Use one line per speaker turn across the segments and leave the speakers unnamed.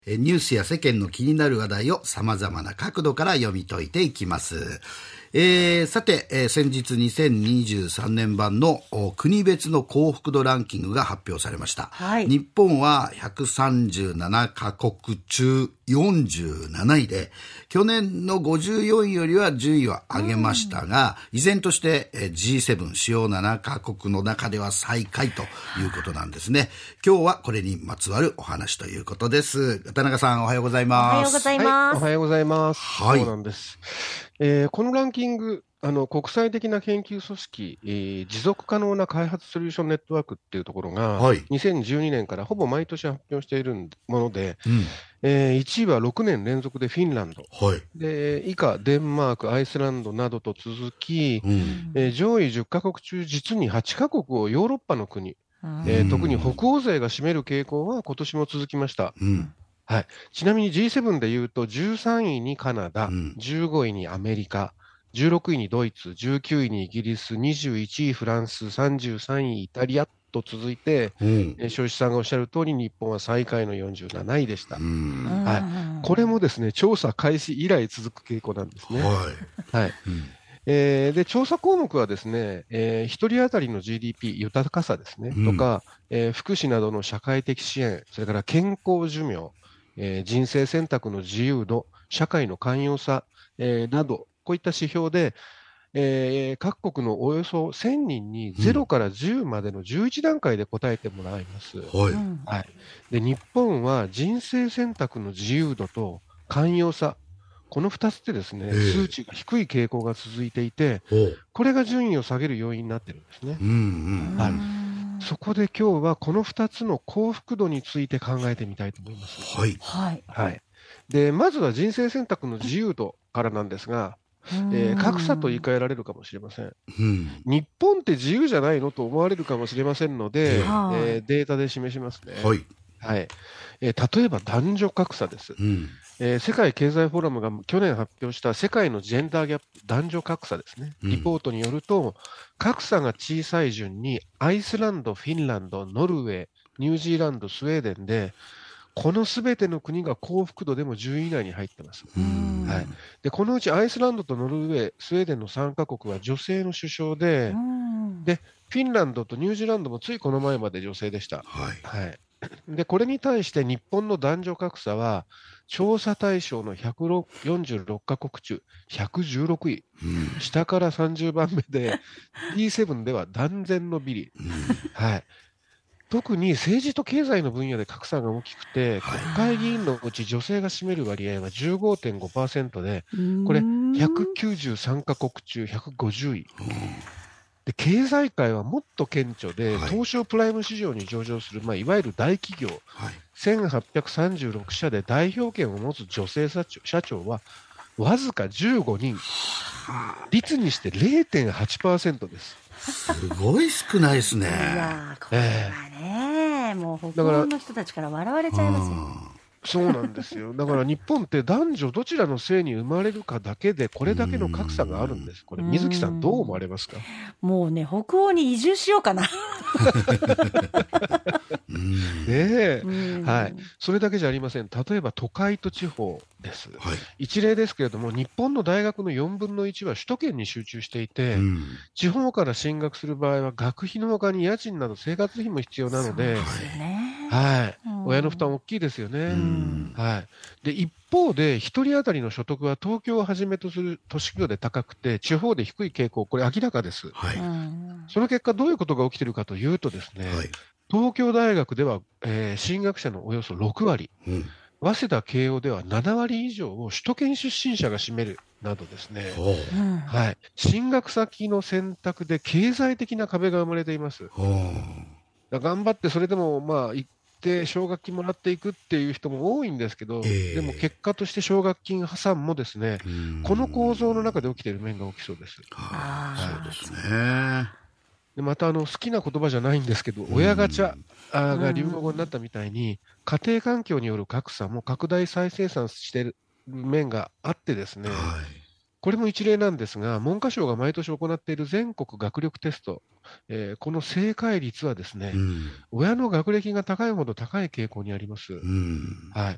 ニュースや世間の気になる話題を様々な角度から読み解いていきます。さて、先日2023年版の国別の幸福度ランキングが発表されました。
はい、
日本は137カ国中47位で、去年の54位よりは順位を上げましたが、依然として G7 主要7カ国の中では最下位ということなんですね。今日はこれにまつわるお話ということです。田中さん、おはようございます。
おはようございます。
はい、おはようございます。
はい、
そうなんです。このランキング、国際的な研究組織、持続可能な開発ソリューションネットワークっていうところが、
はい、
2012年からほぼ毎年発表しているもので、1位は6年連続でフィンランド、
はい、
で以下デンマーク、アイスランドなどと続き、上位10カ国中実に8カ国をヨーロッパの国、特に北欧勢が占める傾向は今年も続きました。はい、ちなみに G7 でいうと13位にカナダ、15位にアメリカ、16位にドイツ、19位にイギリス、21位フランス、33位イタリアと続いて、庄司さんがおっしゃる通り日本は最下位の47位でした。はい、これもですね、調査開始以来続く傾向なんですね。はいで調査項目はですね、1人当たりの GDP 豊かさですね、とか、福祉などの社会的支援、それから健康寿命、人生選択の自由度、社会の寛容さ、など、こういった指標で、各国のおよそ1000人に0から10までの11段階で答えてもらいます。はい、で日本は人生選択の自由度と寛容さ、この2つでですね、数値が低い傾向が続いていて、これが順位を下げる要因になっているんですね。はい、そこで今日はこの2つの幸福度について考えてみたいと思います。
はい
はい、でまずは人生選択の自由度からなんですが、格差と言い換えられるかもしれません。日本って自由じゃないのと思われるかもしれませんので、データで示しますね。はい例えば男女格差です。世界経済フォーラムが去年発表した世界のジェンダーギャップ、男女格差ですね、リポートによると、格差が小さい順にアイスランド、フィンランド、ノルウェー、ニュージーランド、スウェーデンで、このすべての国が幸福度でも10位以内に入ってます。はい、でこのうちアイスランドとノルウェー、スウェーデンの3カ国は女性の首相で、フィンランドとニュージーランドもついこの前まで女性でした。でこれに対して日本の男女格差は調査対象の146カ国中116位、下から30番目で G7 では断然のビリ。特に政治と経済の分野で格差が大きくて、国会議員のうち女性が占める割合は 15.5% で、これ193カ国中150位。で経済界はもっと顕著で、東証プライム市場に上場する、いわゆる大企業、1836社で代表権を持つ女性社長はわずか15人、率にして 0.8% です。
すごい少ないですね。
いやこれはね、もう北欧の人たちから笑われちゃいますよ。
そうなんですよ。だから日本って男女どちらの性に生まれるかだけでこれだけの格差があるんです。これ水木さんどう思われますか？
もうね、北欧に移住しようかな。
それだけじゃありません。例えば都会と地方です。一例ですけれども、日本の大学の4分の1は首都圏に集中していて、地方から進学する場合は学費のほかに家賃など生活費も必要なので、親の負担大きいですよね。で一方で1人当たりの所得は東京をはじめとする都市部で高くて地方で低い傾向、これ明らかです。その結果どういうことが起きているかというとですね、東京大学では、進学者のおよそ6割、早稲田慶応では7割以上を首都圏出身者が占めるなどですね、進学先の選択で経済的な壁が生まれています。頑張ってそれでも行って奨学金もらっていくっていう人も多いんですけど、でも結果として奨学金破産もですね、この構造の中で起きている面が大きそうです。
そうですね。
でまた好きな言葉じゃないんですけど、親ガチャが流行語になったみたいに、家庭環境による格差も拡大再生産している面があってですね、これも一例なんですが、文科省が毎年行っている全国学力テスト、この正解率はですね、親の学歴が高いほど高い傾向にあります。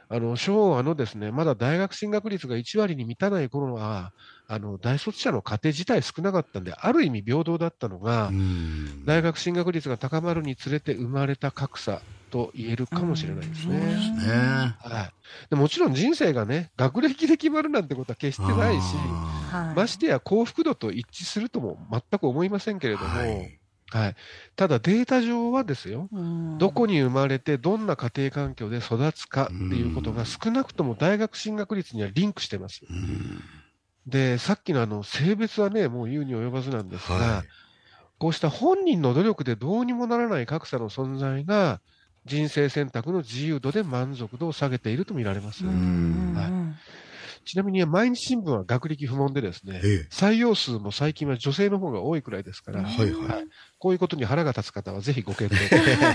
昭和のですね、まだ大学進学率が1割に満たない頃は、大卒者の家庭自体少なかったんで、ある意味平等だったのが、大学進学率が高まるにつれて生まれた格差と言えるかもしれないですね。はい、でもちろん人生がね、学歴で決まるなんてことは決してないし、ましてや幸福度と一致するとも全く思いませんけれども、はい、ただデータ上はですよ、どこに生まれてどんな家庭環境で育つかっていうことが少なくとも大学進学率にはリンクしてます。で、さっきの性別はね、もう言うに及ばずなんですが、こうした本人の努力でどうにもならない格差の存在が人生選択の自由度で満足度を下げていると見られます。ちなみに毎日新聞は学歴不問でですね、採用数も最近は女性の方が多いくらいですから、こういうことに腹が立つ方はぜひご検討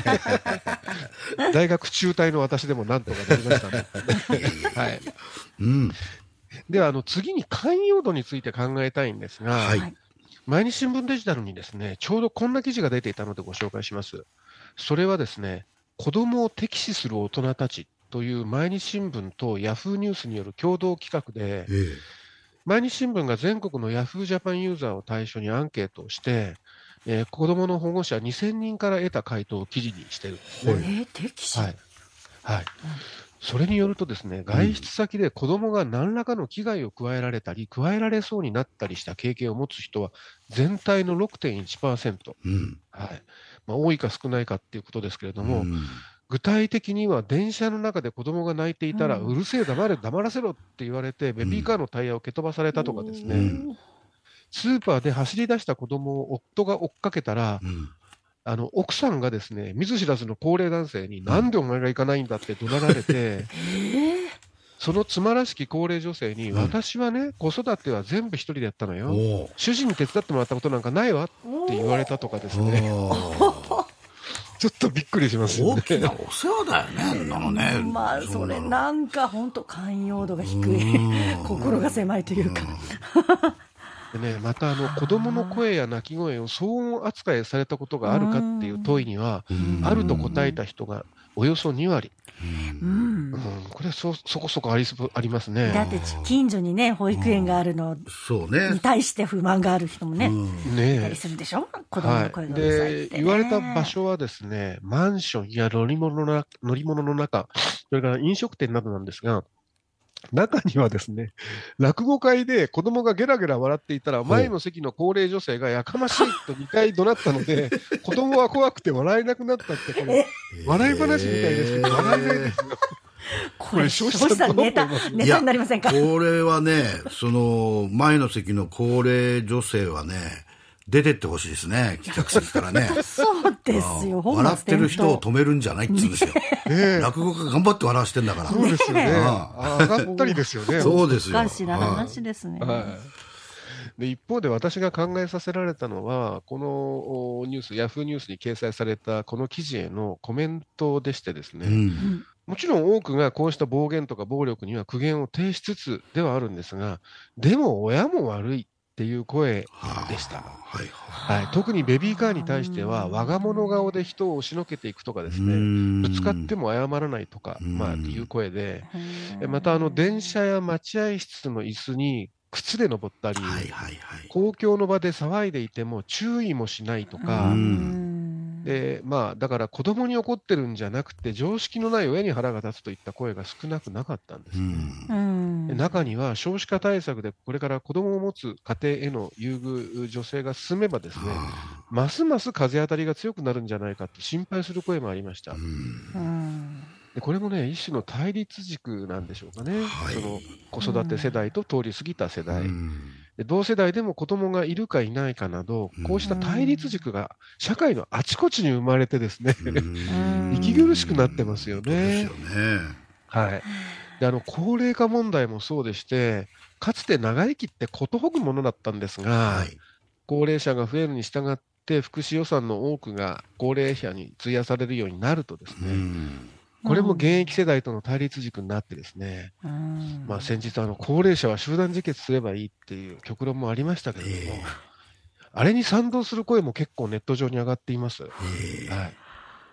大学中退の私でもなんとかなりましたね。はい。では次に寛容度について考えたいんですが、毎日新聞デジタルにですね、ちょうどこんな記事が出ていたのでご紹介します。それはですね、子どもを敵視する大人たちという毎日新聞とヤフーニュースによる共同企画で、毎日新聞が全国のヤフージャパンユーザーを対象にアンケートをして、子どもの保護者2000人から得た回答を記事にしているんですね。
敵視、
それによるとですね、外出先で子どもが何らかの危害を加えられたり、加えられそうになったりした経験を持つ人は全体の 6.1%、多いか少ないかっていうことですけれども、具体的には電車の中で子供が泣いていたら、うるせえ黙らせろって言われてベビーカーのタイヤを蹴飛ばされたとかですね、スーパーで走り出した子供を夫が追っかけたら、奥さんがですね、見ず知らずの高齢男性に、なんでお前が行かないんだって怒鳴られて、その妻らしき高齢女性に、私はね、子育ては全部一人でやったのよ、主人に手伝ってもらったことなんかないわって言われたとかですね。ちょっとびっくりしますよね。
大きなお世話だよね、
まあ、それなんか本当寛容度が低い、心が狭いというか。
でね、また子どもの声や泣き声を騒音扱いされたことがあるかっていう問いには、あると答えた人がおよそ2割。これはそこそこありますね。
だって近所にね、保育園があるのに対して不満がある人もね、いたりするでしょ、子供の声がうるさいってね。
言われた場所はですね、マンションや乗り物の中、それから飲食店などなんですが、中にはですね、落語会で子供がゲラゲラ笑っていたら、前の席の高齢女性がやかましいと2回怒鳴ったので、子供は怖くて笑えなくなったって、これ笑い話みたいですけど、笑えないですよ。
これ消費者ネタになりませんか。
これはね、その前の席の高齢女性はね、出てってほしいですね、客席からね。
そうですよ。
笑ってる人を止めるんじゃないって言うんですよ。落語家頑張って笑わしてんだから。
そうですよね。上がったりですよね。
そうですよ。
おかしな話ですね。
で一方で私が考えさせられたのは、このニュース、ヤフーニュースに掲載されたこの記事へのコメントでしてですね、もちろん多くがこうした暴言とか暴力には苦言を呈しつつではあるんですが、でも親も悪いっていう声でした。特にベビーカーに対しては、我が物顔で人を押しのけていくとかですね、ぶつかっても謝らないとか、っていう声で、また電車や待合室の椅子に靴で登ったり、公共の場で騒いでいても注意もしないとか、でだから子供に怒ってるんじゃなくて、常識のない親に腹が立つといった声が少なくなかったんですね。中には少子化対策でこれから子供を持つ家庭への優遇助成が進めばですね、ますます風当たりが強くなるんじゃないかと心配する声もありました。でこれもね、一種の対立軸なんでしょうかね。その子育て世代と通り過ぎた世代、同世代でも子供がいるかいないかなど、こうした対立軸が社会のあちこちに生まれてですね、息苦しくなってますよね。で高齢化問題もそうでして、かつて長生きってことほぐものだったんですが、高齢者が増えるに従って福祉予算の多くが高齢者に費やされるようになるとですね、これも現役世代との対立軸になってですね、先日高齢者は集団自決すればいいっていう極論もありましたけれども、あれに賛同する声も結構ネット上に上がっています。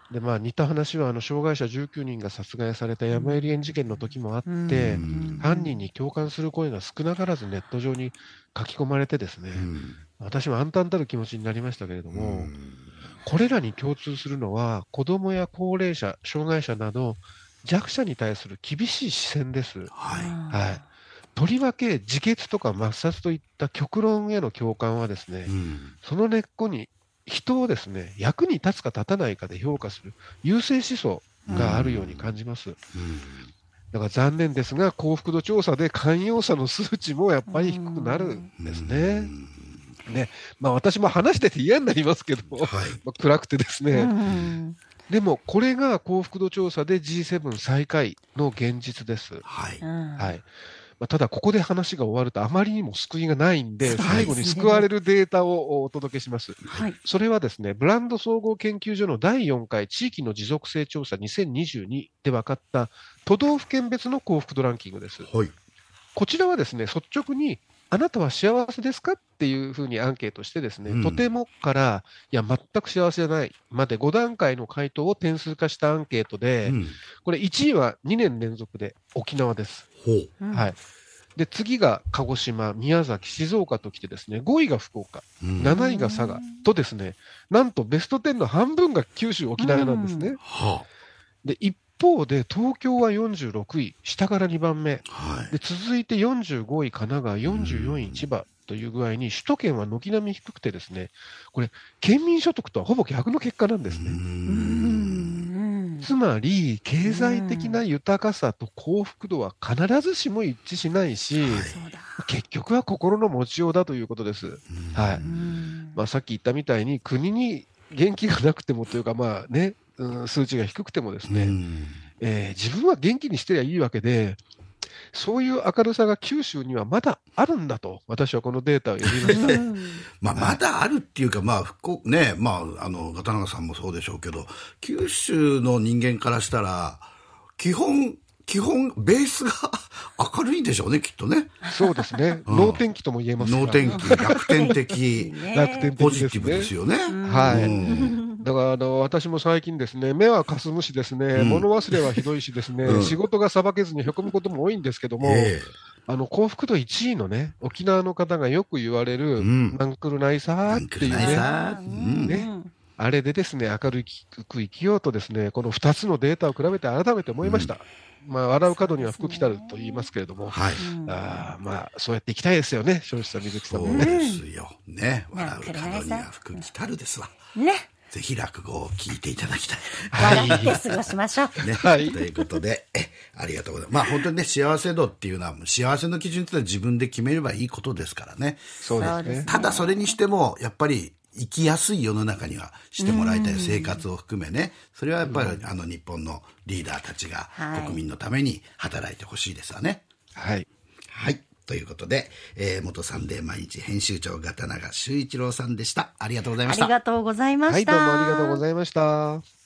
で似た話は障害者19人が殺害された山入園事件の時もあって、犯人に共感する声が少なからずネット上に書き込まれてですね、私も暗淡たる気持ちになりましたけれども、これらに共通するのは子どもや高齢者、障害者など弱者に対する厳しい視線です。とりわけ自決とか抹殺といった極論への共感はですね、その根っこに人をですね、役に立つか立たないかで評価する優勢思想があるように感じます。だから残念ですが、幸福度調査で寛容者の数値もやっぱり低くなるんですね。私も話してて嫌になりますけど、暗くてですね。でもこれが幸福度調査で G7 最下位の現実です。ただここで話が終わるとあまりにも救いがないんで、最後に救われるデータをお届けします。それはですね、ブランド総合研究所の第4回地域の持続性調査2022で分かった都道府県別の幸福度ランキングです。こちらはですね、率直にあなたは幸せですかっていうふうにアンケートしてですね、とてもからいや全く幸せじゃないまで5段階の回答を点数化したアンケートで、これ1位は2年連続で沖縄です。で次が鹿児島、宮崎、静岡ときてですね、5位が福岡、7位が佐賀とですね、なんとベスト10の半分が九州、沖縄なんですね。で一方で東京は46位、下から2番目、で続いて45位神奈川、44位千葉という具合に首都圏は軒並み低くてですね、これ県民所得とはほぼ逆の結果なんですね。つまり経済的な豊かさと幸福度は必ずしも一致しないし、結局は心の持ちようだということです。さっき言ったみたいに国に元気がなくてもというか数値が低くてもですね、自分は元気にしてりゃいいわけで、そういう明るさが九州にはまだあるんだと、私はこのデータを読みました。
まだあるっていうか、片永さんもそうでしょうけど、九州の人間からしたら、基本、ベースが明るいんでしょうね、きっとね。
そうですね。能天気とも言えます
能天気、楽天的、ポジティブですよね。
だから私も最近ですね、目はかすむしですね、物忘れはひどいしですね、仕事がさばけずにへこむことも多いんですけども、幸福度1位のね、沖縄の方がよく言われる、なんくるないさーっていうね、あれでですね、明るく生きようとですね、この2つのデータを比べて改めて思いました。笑う角には福来たると言いますけれども、そうやっていきたいですよね、庄司さん、水木さんもね。
そうですよね。笑う角には福来たるですわ。ぜひ落語を聞いていただきたい。
笑って過ごしましょう。
ということで、ありがとうございます。本当にね、幸せ度っていうのは、幸せの基準っていうのは自分で決めればいいことですからね。
そうですね。
ただそれにしても、やっぱり、生きやすい世の中にはしてもらいたい、生活を含めね。それはやっぱり、日本のリーダーたちが国民のために働いてほしいですわね。ということで、元サンデー毎日編集長片永修一郎さんでした。ありがとうございました。
ありがとうございました。
どうもありがとうございました。